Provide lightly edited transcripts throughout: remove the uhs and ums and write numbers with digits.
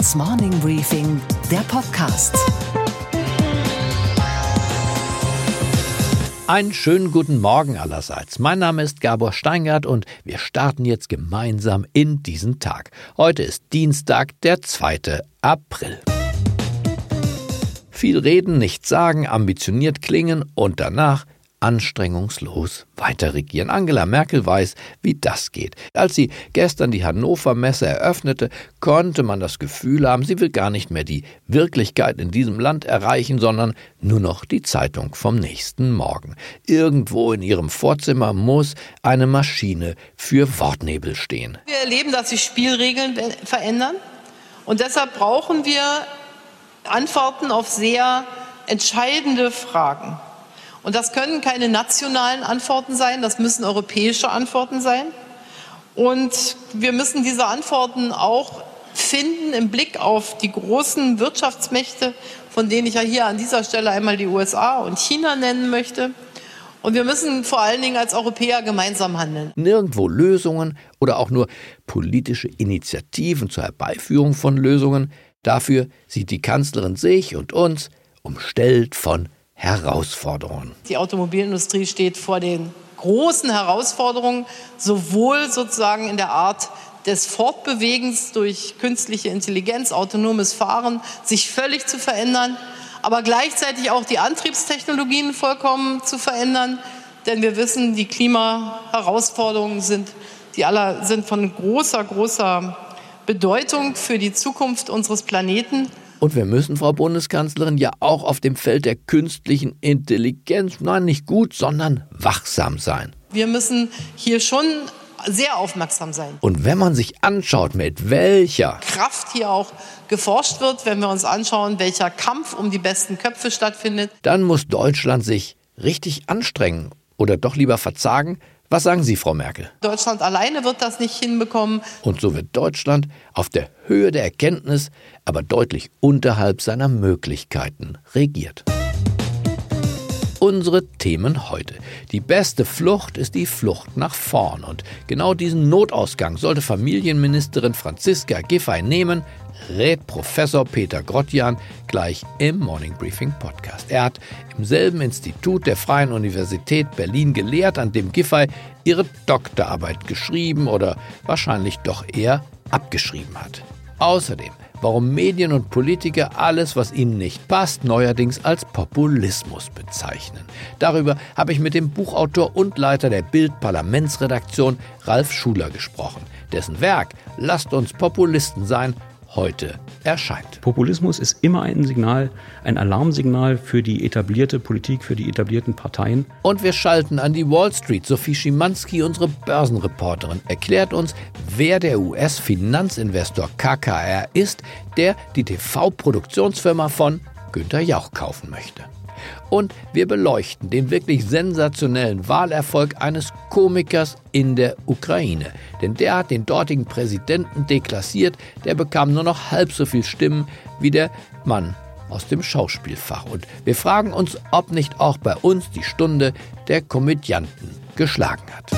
Handelsblatts Morning Briefing, der Podcast. Einen schönen guten Morgen allerseits. Mein Name ist Gabor Steingart und wir starten jetzt gemeinsam in diesen Tag. Heute ist Dienstag, der 2. April. Viel reden, nichts sagen, ambitioniert klingen und danach anstrengungslos weiter regieren. Angela Merkel weiß, wie das geht. Als sie gestern die Hannover Messe eröffnete, konnte man das Gefühl haben, sie will gar nicht mehr die Wirklichkeit in diesem Land erreichen, sondern nur noch die Zeitung vom nächsten Morgen. Irgendwo in ihrem Vorzimmer muss eine Maschine für Wortnebel stehen. Wir erleben, dass sich Spielregeln verändern und deshalb brauchen wir Antworten auf sehr entscheidende Fragen. Und das können keine nationalen Antworten sein, das müssen europäische Antworten sein. Und wir müssen diese Antworten auch finden im Blick auf die großen Wirtschaftsmächte, von denen ich ja hier an dieser Stelle einmal die USA und China nennen möchte. Und wir müssen vor allen Dingen als Europäer gemeinsam handeln. Nirgendwo Lösungen oder auch nur politische Initiativen zur Herbeiführung von Lösungen. Dafür sieht die Kanzlerin sich und uns umstellt von Herausforderungen. Die Automobilindustrie steht vor den großen Herausforderungen, sowohl sozusagen in der Art des Fortbewegens durch künstliche Intelligenz, autonomes Fahren, sich völlig zu verändern, aber gleichzeitig auch die Antriebstechnologien vollkommen zu verändern. Denn wir wissen, die Klimaherausforderungen sind von großer Bedeutung für die Zukunft unseres Planeten. Und wir müssen, Frau Bundeskanzlerin, ja auch auf dem Feld der künstlichen Intelligenz, nein, nicht gut, sondern wachsam sein. Wir müssen hier schon sehr aufmerksam sein. Und wenn man sich anschaut, mit welcher Kraft hier auch geforscht wird, wenn wir uns anschauen, welcher Kampf um die besten Köpfe stattfindet, dann muss Deutschland sich richtig anstrengen oder doch lieber verzagen. Was sagen Sie, Frau Merkel? Deutschland alleine wird das nicht hinbekommen. Und so wird Deutschland auf der Höhe der Erkenntnis, aber deutlich unterhalb seiner Möglichkeiten regiert. Unsere Themen heute. Die beste Flucht ist die Flucht nach vorn. Und genau diesen Notausgang sollte Familienministerin Franziska Giffey nehmen, rät Professor Peter Grotjan gleich im Morning Briefing Podcast. Er hat im selben Institut der Freien Universität Berlin gelehrt, an dem Giffey ihre Doktorarbeit geschrieben oder wahrscheinlich doch eher abgeschrieben hat. Außerdem, warum Medien und Politiker alles, was ihnen nicht passt, neuerdings als Populismus bezeichnen. Darüber habe ich mit dem Buchautor und Leiter der Bild-Parlamentsredaktion Ralf Schuler gesprochen, dessen Werk »Lasst uns Populisten sein« heute erscheint. Populismus ist immer ein Signal, ein Alarmsignal für die etablierte Politik, für die etablierten Parteien. Und wir schalten an die Wall Street. Sophie Schimanski, unsere Börsenreporterin, erklärt uns, wer der US-Finanzinvestor KKR ist, der die TV-Produktionsfirma von Günther Jauch kaufen möchte. Und wir beleuchten den wirklich sensationellen Wahlerfolg eines Komikers in der Ukraine. Denn der hat den dortigen Präsidenten deklassiert, der bekam nur noch halb so viel Stimmen wie der Mann aus dem Schauspielfach. Und wir fragen uns, ob nicht auch bei uns die Stunde der Komödianten geschlagen hat.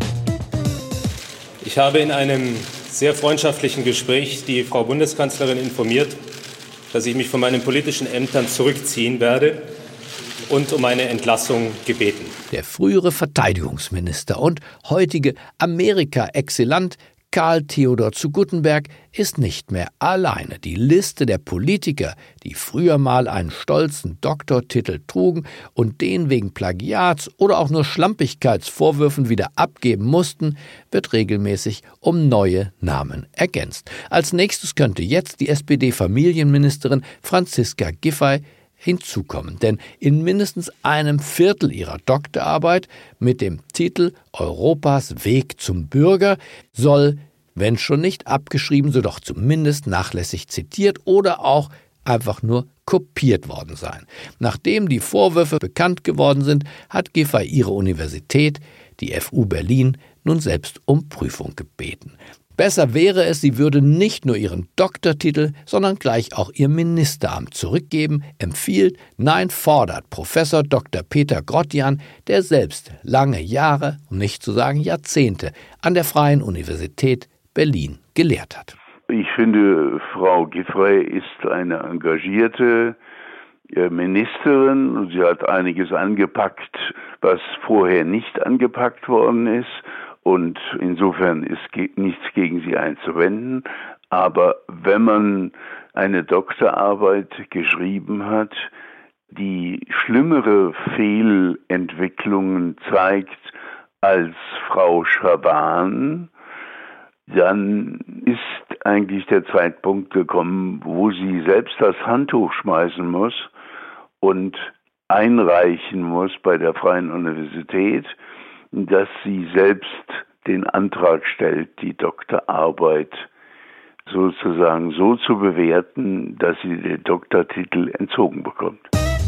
Ich habe in einem sehr freundschaftlichen Gespräch die Frau Bundeskanzlerin informiert, dass ich mich von meinen politischen Ämtern zurückziehen werde und um eine Entlassung gebeten. Der frühere Verteidigungsminister und heutige Amerika-Exilant Karl Theodor zu Guttenberg ist nicht mehr alleine. Die Liste der Politiker, die früher mal einen stolzen Doktortitel trugen und den wegen Plagiats oder auch nur Schlampigkeitsvorwürfen wieder abgeben mussten, wird regelmäßig um neue Namen ergänzt. Als nächstes könnte jetzt die SPD-Familienministerin Franziska Giffey hinzukommen, denn in mindestens einem Viertel ihrer Doktorarbeit mit dem Titel Europas Weg zum Bürger soll, wenn schon nicht abgeschrieben, so doch zumindest nachlässig zitiert oder auch einfach nur kopiert worden sein. Nachdem die Vorwürfe bekannt geworden sind, hat Giffey ihre Universität, die FU Berlin, nun selbst um Prüfung gebeten. Besser wäre es, sie würde nicht nur ihren Doktortitel, sondern gleich auch ihr Ministeramt zurückgeben, empfiehlt, nein, fordert Professor Dr. Peter Grotjan, der selbst lange Jahre, um nicht zu sagen Jahrzehnte, an der Freien Universität Berlin gelehrt hat. Ich finde, Frau Giffey ist eine engagierte Ministerin. Sie hat einiges angepackt, was vorher nicht angepackt worden ist. Und insofern ist nichts gegen sie einzuwenden. Aber wenn man eine Doktorarbeit geschrieben hat, die schlimmere Fehlentwicklungen zeigt als Frau Schaban, dann ist eigentlich der Zeitpunkt gekommen, wo sie selbst das Handtuch schmeißen muss und einreichen muss bei der Freien Universität, dass sie selbst den Antrag stellt, die Doktorarbeit sozusagen so zu bewerten, dass sie den Doktortitel entzogen bekommt.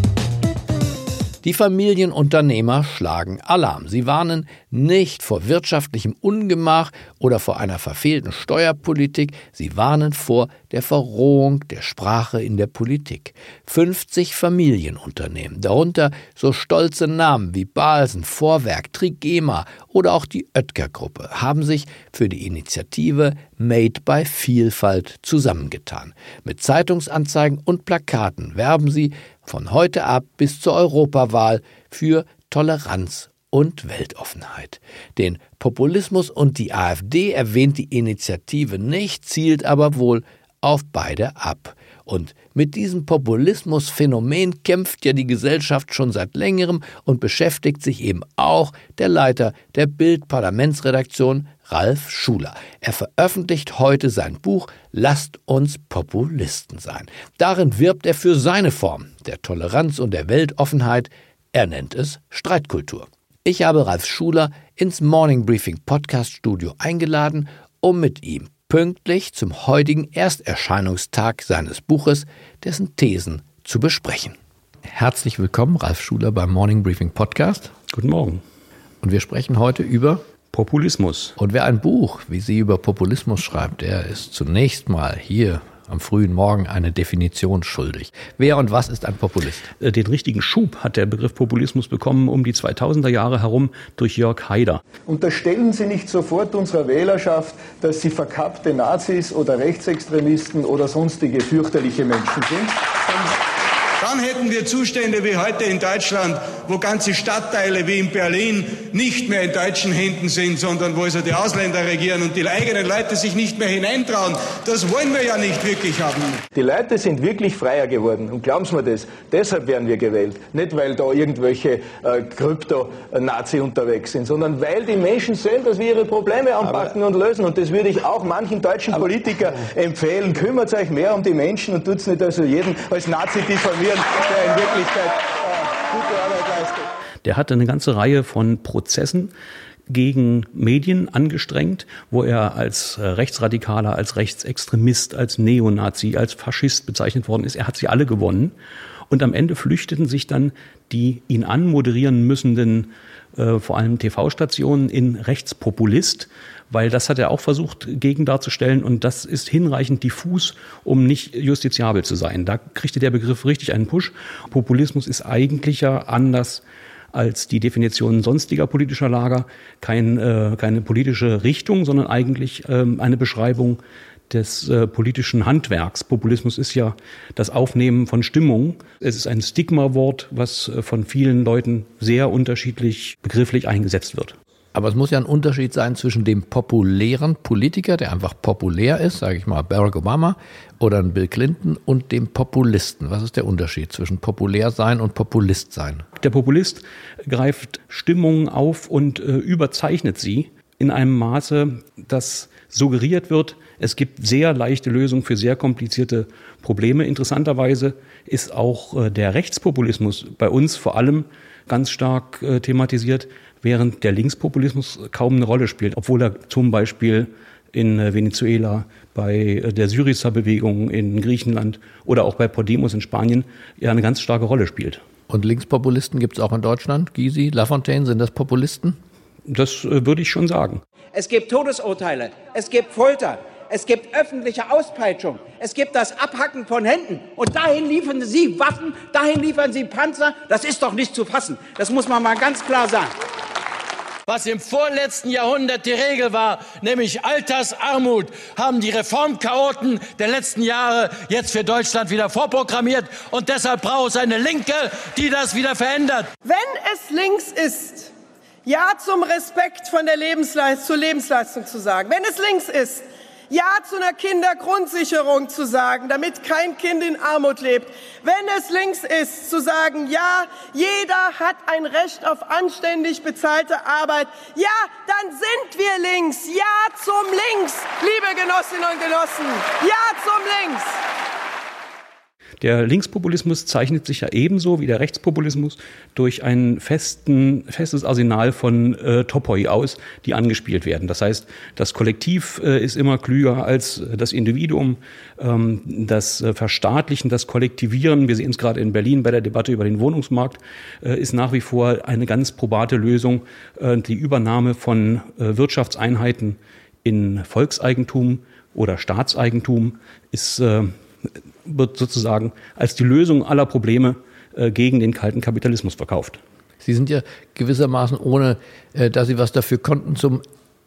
Die Familienunternehmer schlagen Alarm. Sie warnen nicht vor wirtschaftlichem Ungemach oder vor einer verfehlten Steuerpolitik. Sie warnen vor der Verrohung der Sprache in der Politik. 50 Familienunternehmen, darunter so stolze Namen wie Balsen, Vorwerk, Trigema oder auch die Oetker-Gruppe, haben sich für die Initiative Made by Vielfalt zusammengetan. Mit Zeitungsanzeigen und Plakaten werben sie von heute ab bis zur Europawahl für Toleranz und Weltoffenheit. Den Populismus und die AfD erwähnt die Initiative nicht, zielt aber wohl auf beide ab. Und mit diesem Populismusphänomen kämpft ja die Gesellschaft schon seit längerem und beschäftigt sich eben auch der Leiter der Bild-Parlamentsredaktion, Ralf Schuler. Er veröffentlicht heute sein Buch »Lasst uns Populisten sein«. Darin wirbt er für seine Form der Toleranz und der Weltoffenheit. Er nennt es Streitkultur. Ich habe Ralf Schuler ins Morning Briefing Podcast Studio eingeladen, um mit ihm pünktlich zum heutigen Ersterscheinungstag seines Buches dessen Thesen zu besprechen. Herzlich willkommen, Ralf Schuler beim Morning Briefing Podcast. Guten Morgen. Und wir sprechen heute über Populismus. Und wer ein Buch wie Sie über Populismus schreibt, der ist zunächst mal hier am frühen Morgen eine Definition schuldig. Wer und was ist ein Populist? Den richtigen Schub hat der Begriff Populismus bekommen um die 2000er Jahre herum durch Jörg Haider. Unterstellen Sie nicht sofort unserer Wählerschaft, dass sie verkappte Nazis oder Rechtsextremisten oder sonstige fürchterliche Menschen sind. Dann hätten wir Zustände wie heute in Deutschland, wo ganze Stadtteile wie in Berlin nicht mehr in deutschen Händen sind, sondern wo also die Ausländer regieren und die eigenen Leute sich nicht mehr hineintrauen. Das wollen wir ja nicht wirklich haben. Die Leute sind wirklich freier geworden. Und glauben Sie mir das, deshalb werden wir gewählt. Nicht, weil da irgendwelche Krypto-Nazi unterwegs sind, sondern weil die Menschen sehen, dass wir ihre Probleme anpacken und lösen. Und das würde ich auch manchen deutschen Politikern empfehlen. Kümmert euch mehr um die Menschen und tut es nicht also jeden als Nazi diffamieren, der in Wirklichkeit gute Arbeit leistet. Der hatte eine ganze Reihe von Prozessen gegen Medien angestrengt, wo er als Rechtsradikaler, als Rechtsextremist, als Neonazi, als Faschist bezeichnet worden ist. Er hat sie alle gewonnen. Und am Ende flüchteten sich dann die ihn anmoderieren müssenden, vor allem TV-Stationen, in Rechtspopulist, weil das hat er auch versucht gegen darzustellen und das ist hinreichend diffus, um nicht justiziabel zu sein. Da kriegte der Begriff richtig einen Push. Populismus ist eigentlich ja anders als die Definition sonstiger politischer Lager, keine politische Richtung, sondern eigentlich eine Beschreibung des politischen Handwerks. Populismus ist ja das Aufnehmen von Stimmung. Es ist ein Stigmawort, was von vielen Leuten sehr unterschiedlich begrifflich eingesetzt wird. Aber es muss ja ein Unterschied sein zwischen dem populären Politiker, der einfach populär ist, sage ich mal Barack Obama oder ein Bill Clinton, und dem Populisten. Was ist der Unterschied zwischen populär sein und Populist sein? Der Populist greift Stimmungen auf und überzeichnet sie in einem Maße, das suggeriert wird, es gibt sehr leichte Lösungen für sehr komplizierte Probleme. Interessanterweise ist auch der Rechtspopulismus bei uns vor allem ganz stark thematisiert, während der Linkspopulismus kaum eine Rolle spielt, obwohl er zum Beispiel in Venezuela, bei der Syriza-Bewegung in Griechenland oder auch bei Podemos in Spanien ja eine ganz starke Rolle spielt. Und Linkspopulisten gibt es auch in Deutschland? Gysi, Lafontaine, sind das Populisten? Das würde ich schon sagen. Es gibt Todesurteile, es gibt Folter, es gibt öffentliche Auspeitschung, es gibt das Abhacken von Händen. Und dahin liefern Sie Waffen, dahin liefern Sie Panzer. Das ist doch nicht zu fassen. Das muss man mal ganz klar sagen. was im vorletzten Jahrhundert die Regel war, nämlich Altersarmut, haben die Reformchaoten der letzten Jahre jetzt für Deutschland wieder vorprogrammiert. Und deshalb braucht es eine Linke, die das wieder verändert. Wenn es links ist, Ja zum Respekt von der zur Lebensleistung zu sagen, wenn es links ist, Ja zu einer Kindergrundsicherung zu sagen, damit kein Kind in Armut lebt. Wenn es links ist, zu sagen, ja, jeder hat ein Recht auf anständig bezahlte Arbeit. Ja, dann sind wir links. Ja zum Links, liebe Genossinnen und Genossen. Ja zum Links. Der Linkspopulismus zeichnet sich ja ebenso wie der Rechtspopulismus durch ein festes Arsenal von Topoi aus, die angespielt werden. Das heißt, das Kollektiv ist immer klüger als das Individuum. Das Verstaatlichen, das Kollektivieren, wir sehen es gerade in Berlin bei der Debatte über den Wohnungsmarkt, ist nach wie vor eine ganz probate Lösung. Die Übernahme von Wirtschaftseinheiten in Volkseigentum oder Staatseigentum wird sozusagen als die Lösung aller Probleme gegen den kalten Kapitalismus verkauft. Sie sind ja gewissermaßen, ohne dass Sie was dafür konnten, zum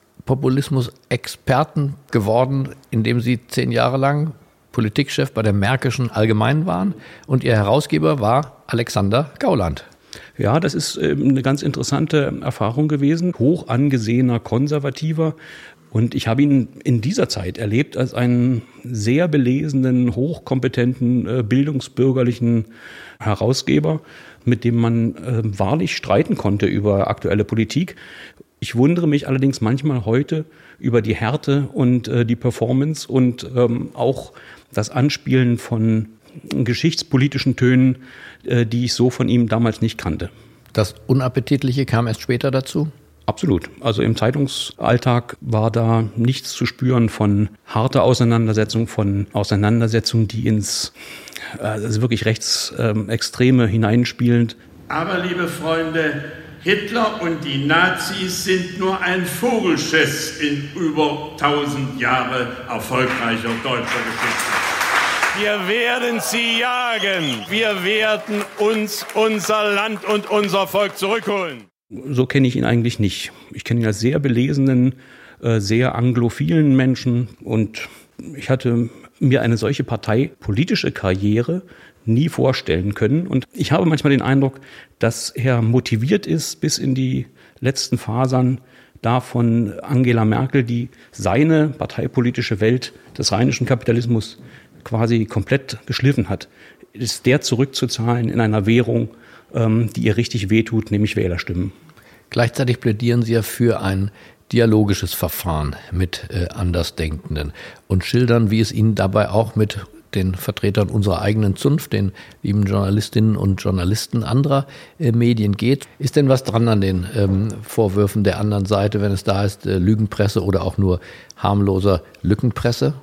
Populismus-Experten geworden, indem Sie 10 Jahre lang Politikchef bei der Märkischen Allgemeinen waren und Ihr Herausgeber war Alexander Gauland. Ja, das ist eine ganz interessante Erfahrung gewesen. Hoch angesehener Konservativer. Und ich habe ihn in dieser Zeit erlebt als einen sehr belesenen, hochkompetenten, bildungsbürgerlichen Herausgeber, mit dem man wahrlich streiten konnte über aktuelle Politik. Ich wundere mich allerdings manchmal heute über die Härte und die Performance und auch das Anspielen von geschichtspolitischen Tönen, die ich so von ihm damals nicht kannte. Das Unappetitliche kam erst später dazu? Absolut. Also im Zeitungsalltag war da nichts zu spüren von harter Auseinandersetzung, von Auseinandersetzungen, die ins wirklich Rechtsextreme hineinspielend. Aber, liebe Freunde, Hitler und die Nazis sind nur ein Vogelschiss in über 1000 Jahre erfolgreicher deutscher Geschichte. Wir werden sie jagen. Wir werden uns unser Land und unser Volk zurückholen. So kenne ich ihn eigentlich nicht. Ich kenne ihn als sehr belesenen, sehr anglophilen Menschen und ich hatte mir eine solche parteipolitische Karriere nie vorstellen können. Und ich habe manchmal den Eindruck, dass er motiviert ist bis in die letzten Fasern davon Angela Merkel, die seine parteipolitische Welt des rheinischen Kapitalismus quasi komplett geschliffen hat, ist der zurückzuzahlen in einer Währung, die ihr richtig wehtut, nämlich Wählerstimmen. Gleichzeitig plädieren Sie ja für ein dialogisches Verfahren mit Andersdenkenden und schildern, wie es Ihnen dabei auch mit den Vertretern unserer eigenen Zunft, den lieben Journalistinnen und Journalisten anderer Medien geht. Ist denn was dran an den Vorwürfen der anderen Seite, wenn es da heißt Lügenpresse oder auch nur harmloser Lückenpresse?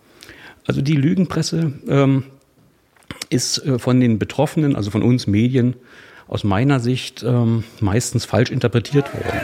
Also die Lügenpresse ist von den Betroffenen, also von uns Medien, aus meiner Sicht meistens falsch interpretiert worden.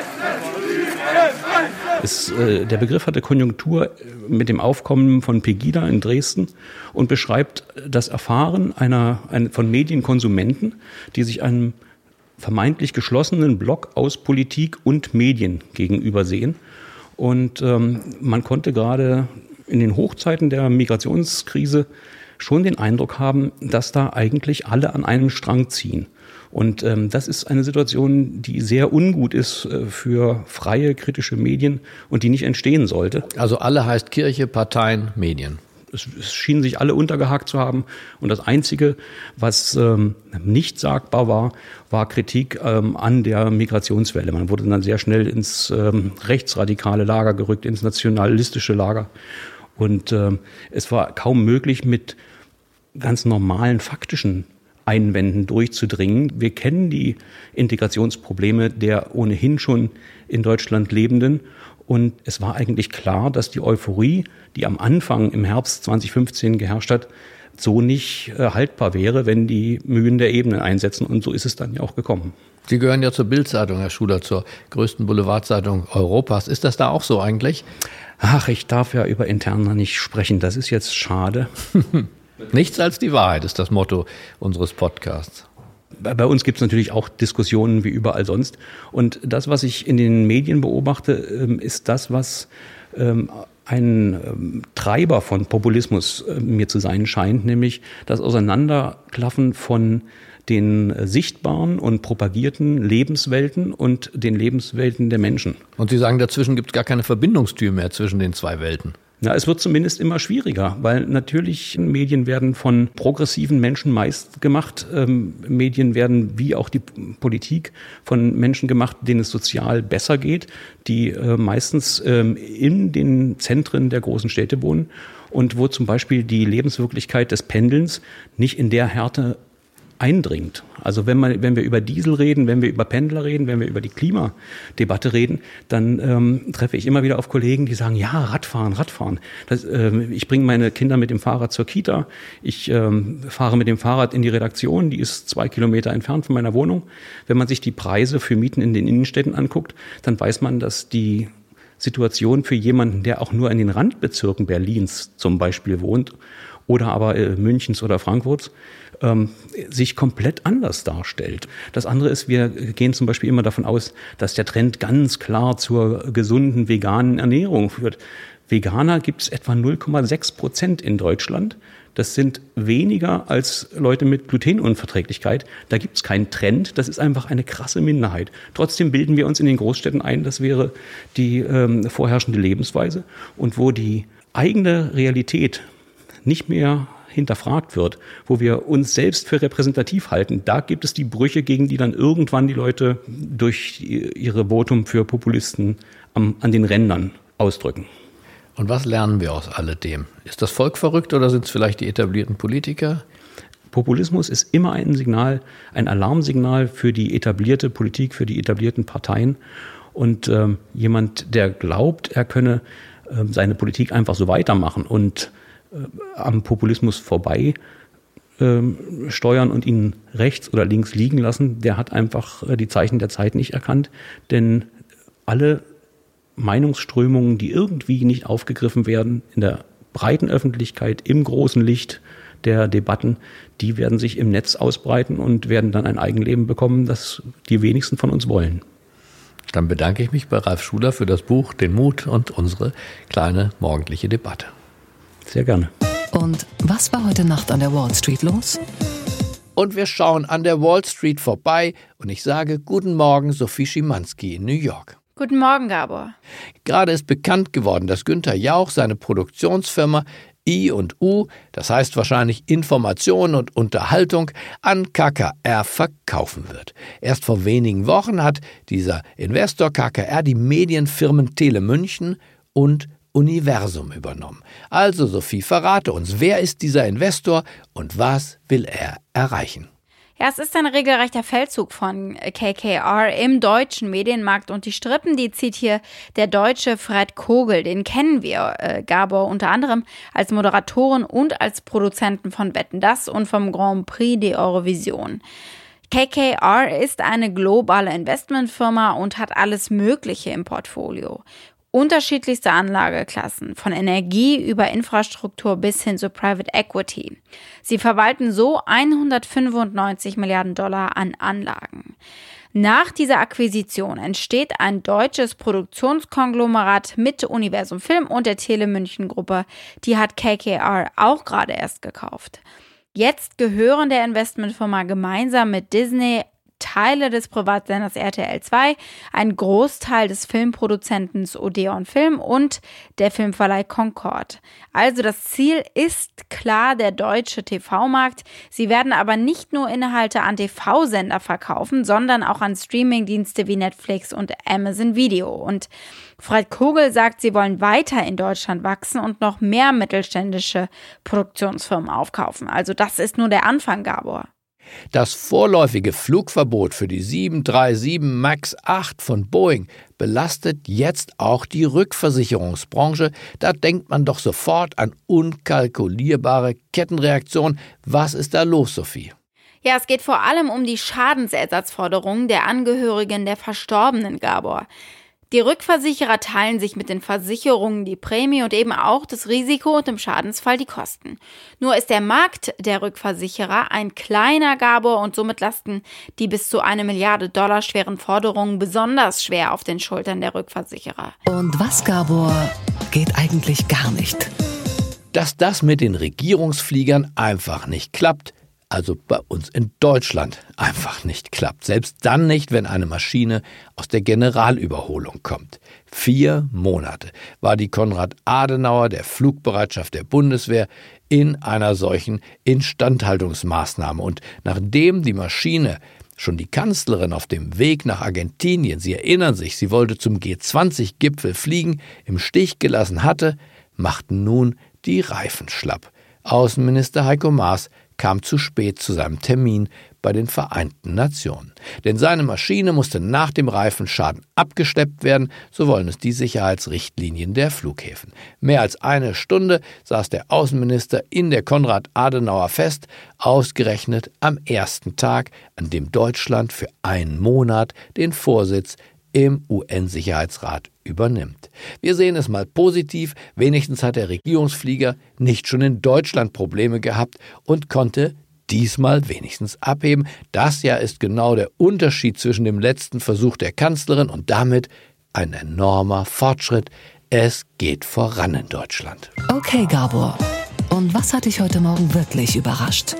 Der Begriff hatte Konjunktur mit dem Aufkommen von Pegida in Dresden und beschreibt das Erfahren von Medienkonsumenten, die sich einem vermeintlich geschlossenen Block aus Politik und Medien gegenübersehen. Und man konnte gerade in den Hochzeiten der Migrationskrise schon den Eindruck haben, dass da eigentlich alle an einem Strang ziehen. Und das ist eine Situation, die sehr ungut ist für freie, kritische Medien und die nicht entstehen sollte. Also alle heißt Kirche, Parteien, Medien. Es schienen sich alle untergehakt zu haben. Und das Einzige, was nicht sagbar war Kritik an der Migrationswelle. Man wurde dann sehr schnell ins rechtsradikale Lager gerückt, ins nationalistische Lager. Und es war kaum möglich, mit ganz normalen faktischen Einwänden durchzudringen. Wir kennen die Integrationsprobleme der ohnehin schon in Deutschland Lebenden. Und es war eigentlich klar, dass die Euphorie, die am Anfang im Herbst 2015 geherrscht hat, so nicht haltbar wäre, wenn die Mühen der Ebenen einsetzen. Und so ist es dann ja auch gekommen. Sie gehören ja zur Bild-Zeitung, Herr Schuler, zur größten Boulevardzeitung Europas. Ist das da auch so eigentlich? Ach, ich darf ja über Interna nicht sprechen. Das ist jetzt schade. Nichts als die Wahrheit ist das Motto unseres Podcasts. Bei uns gibt es natürlich auch Diskussionen wie überall sonst. Und das, was ich in den Medien beobachte, ist das, was ein Treiber von Populismus mir zu sein scheint, nämlich das Auseinanderklaffen von den sichtbaren und propagierten Lebenswelten und den Lebenswelten der Menschen. Und Sie sagen, dazwischen gibt es gar keine Verbindungstür mehr zwischen den zwei Welten. Na, es wird zumindest immer schwieriger, weil natürlich Medien werden von progressiven Menschen meist gemacht. Medien werden, wie auch die Politik, von Menschen gemacht, denen es sozial besser geht, die meistens in den Zentren der großen Städte wohnen und wo zum Beispiel die Lebenswirklichkeit des Pendelns nicht in der Härte eindringt. Also wenn wir über Diesel reden, wenn wir über Pendler reden, wenn wir über die Klimadebatte reden, dann treffe ich immer wieder auf Kollegen, die sagen, ja, Radfahren. Ich bringe meine Kinder mit dem Fahrrad zur Kita, ich fahre mit dem Fahrrad in die Redaktion, die ist 2 Kilometer entfernt von meiner Wohnung. Wenn man sich die Preise für Mieten in den Innenstädten anguckt, dann weiß man, dass die Situation für jemanden, der auch nur in den Randbezirken Berlins zum Beispiel wohnt oder aber Münchens oder Frankfurts, sich komplett anders darstellt. Das andere ist, wir gehen zum Beispiel immer davon aus, dass der Trend ganz klar zur gesunden veganen Ernährung führt. Veganer gibt es etwa 0,6% in Deutschland. Das sind weniger als Leute mit Glutenunverträglichkeit. Da gibt es keinen Trend, das ist einfach eine krasse Minderheit. Trotzdem bilden wir uns in den Großstädten ein, das wäre die vorherrschende Lebensweise. Und wo die eigene Realität nicht mehr hinterfragt wird, wo wir uns selbst für repräsentativ halten, da gibt es die Brüche, gegen die dann irgendwann die Leute durch ihre Votum für Populisten an den Rändern ausdrücken. Und was lernen wir aus alledem? Ist das Volk verrückt oder sind es vielleicht die etablierten Politiker? Populismus ist immer ein Signal, ein Alarmsignal für die etablierte Politik, für die etablierten Parteien. Und jemand, der glaubt, er könne seine Politik einfach so weitermachen und am Populismus vorbei steuern und ihn rechts oder links liegen lassen, der hat einfach die Zeichen der Zeit nicht erkannt. Denn alle Meinungsströmungen, die irgendwie nicht aufgegriffen werden in der breiten Öffentlichkeit, im großen Licht der Debatten, die werden sich im Netz ausbreiten und werden dann ein Eigenleben bekommen, das die wenigsten von uns wollen. Dann bedanke ich mich bei Ralf Schuler für das Buch, den Mut und unsere kleine morgendliche Debatte. Sehr gerne. Und was war heute Nacht an der Wall Street los? Und wir schauen an der Wall Street vorbei und ich sage guten Morgen Sophie Schimanski in New York. Guten Morgen, Gabor. Gerade ist bekannt geworden, dass Günther Jauch seine Produktionsfirma I&U, das heißt wahrscheinlich Information und Unterhaltung, an KKR verkaufen wird. Erst vor wenigen Wochen hat dieser Investor KKR die Medienfirmen Tele München und Universum übernommen. Also Sophie, verrate uns, wer ist dieser Investor und was will er erreichen? Ja, es ist ein regelrechter Feldzug von KKR im deutschen Medienmarkt und die Strippen, die zieht hier der Deutsche Fred Kogel. Den kennen wir, Gabor, unter anderem als Moderatoren und als Produzenten von Wetten, das und vom Grand Prix de Eurovision. KKR ist eine globale Investmentfirma und hat alles Mögliche im Portfolio. Unterschiedlichste Anlageklassen, von Energie über Infrastruktur bis hin zu Private Equity. Sie verwalten so 195 Milliarden Dollar an Anlagen. Nach dieser Akquisition entsteht ein deutsches Produktionskonglomerat mit Universum Film und der Tele München Gruppe. Die hat KKR auch gerade erst gekauft. Jetzt gehören der Investmentfirma gemeinsam mit Disney Teile des Privatsenders RTL 2, ein Großteil des Filmproduzenten Odeon Film und der Filmverleih Concord. Also das Ziel ist klar der deutsche TV-Markt. Sie werden aber nicht nur Inhalte an TV-Sender verkaufen, sondern auch an Streamingdienste wie Netflix und Amazon Video. Und Fred Kogel sagt, sie wollen weiter in Deutschland wachsen und noch mehr mittelständische Produktionsfirmen aufkaufen. Also das ist nur der Anfang, Gabor. Das vorläufige Flugverbot für die 737 MAX 8 von Boeing belastet jetzt auch die Rückversicherungsbranche. Da denkt man doch sofort an unkalkulierbare Kettenreaktionen. Was ist da los, Sophie? Ja, es geht vor allem um die Schadensersatzforderungen der Angehörigen der Verstorbenen, Gabor. Die Rückversicherer teilen sich mit den Versicherungen die Prämie und eben auch das Risiko und im Schadensfall die Kosten. Nur ist der Markt der Rückversicherer ein kleiner, Gabor, und somit lasten die bis zu $1 Milliarde schweren Forderungen besonders schwer auf den Schultern der Rückversicherer. Und was, Gabor, geht eigentlich gar nicht? Dass das mit den Regierungsfliegern einfach nicht klappt, also bei uns in Deutschland einfach nicht klappt. Selbst dann nicht, wenn eine Maschine aus der Generalüberholung kommt. 4 Monate war die Konrad-Adenauer der Flugbereitschaft der Bundeswehr in einer solchen Instandhaltungsmaßnahme. Und nachdem die Maschine schon die Kanzlerin auf dem Weg nach Argentinien, Sie erinnern sich, sie wollte zum G20-Gipfel fliegen, im Stich gelassen hatte, machten nun die Reifen schlapp. Außenminister Heiko Maas kam zu spät zu seinem Termin bei den Vereinten Nationen. Denn seine Maschine musste nach dem Reifenschaden abgesteppt werden, so wollen es die Sicherheitsrichtlinien der Flughäfen. Mehr als 1 Stunde saß der Außenminister in der Konrad-Adenauer fest, ausgerechnet am ersten Tag, an dem Deutschland für 1 Monat den Vorsitz im UN-Sicherheitsrat übernimmt. Wir sehen es mal positiv, wenigstens hat der Regierungsflieger nicht schon in Deutschland Probleme gehabt und konnte diesmal wenigstens abheben. Das ja ist genau der Unterschied zwischen dem letzten Versuch der Kanzlerin und damit ein enormer Fortschritt. Es geht voran in Deutschland. Okay, Gabor. Und was hat dich heute Morgen wirklich überrascht?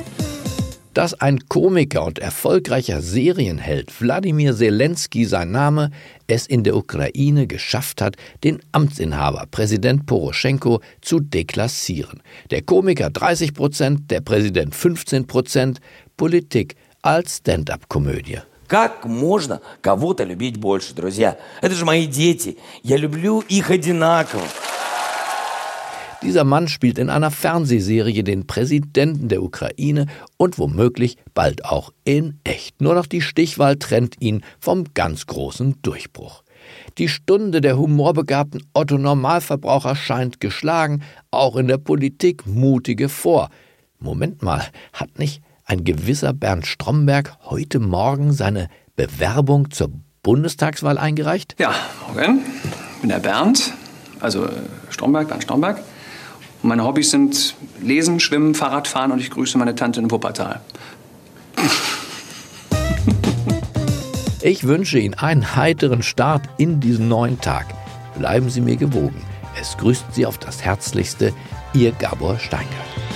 Dass ein Komiker und erfolgreicher Serienheld Wladimir Zelensky, sein Name, es in der Ukraine geschafft hat, den Amtsinhaber Präsident Poroschenko zu deklassieren. Der Komiker 30%, der Präsident 15%, Politik als Stand-up-Komödie. Как можно кого-то любить больше, друзья? Это же мои дети. Я люблю их одинаково. Dieser Mann spielt in einer Fernsehserie den Präsidenten der Ukraine und womöglich bald auch in echt. Nur noch die Stichwahl trennt ihn vom ganz großen Durchbruch. Die Stunde der humorbegabten Otto-Normalverbraucher scheint geschlagen, auch in der Politik mutige vor. Moment mal, hat nicht ein gewisser Bernd Stromberg heute Morgen seine Bewerbung zur Bundestagswahl eingereicht? Ja, morgen. Ich bin der Bernd, also Bernd Stromberg. Und meine Hobbys sind Lesen, Schwimmen, Fahrradfahren und ich grüße meine Tante in Wuppertal. Ich wünsche Ihnen einen heiteren Start in diesen neuen Tag. Bleiben Sie mir gewogen. Es grüßt Sie auf das Herzlichste, Ihr Gabor Steingart.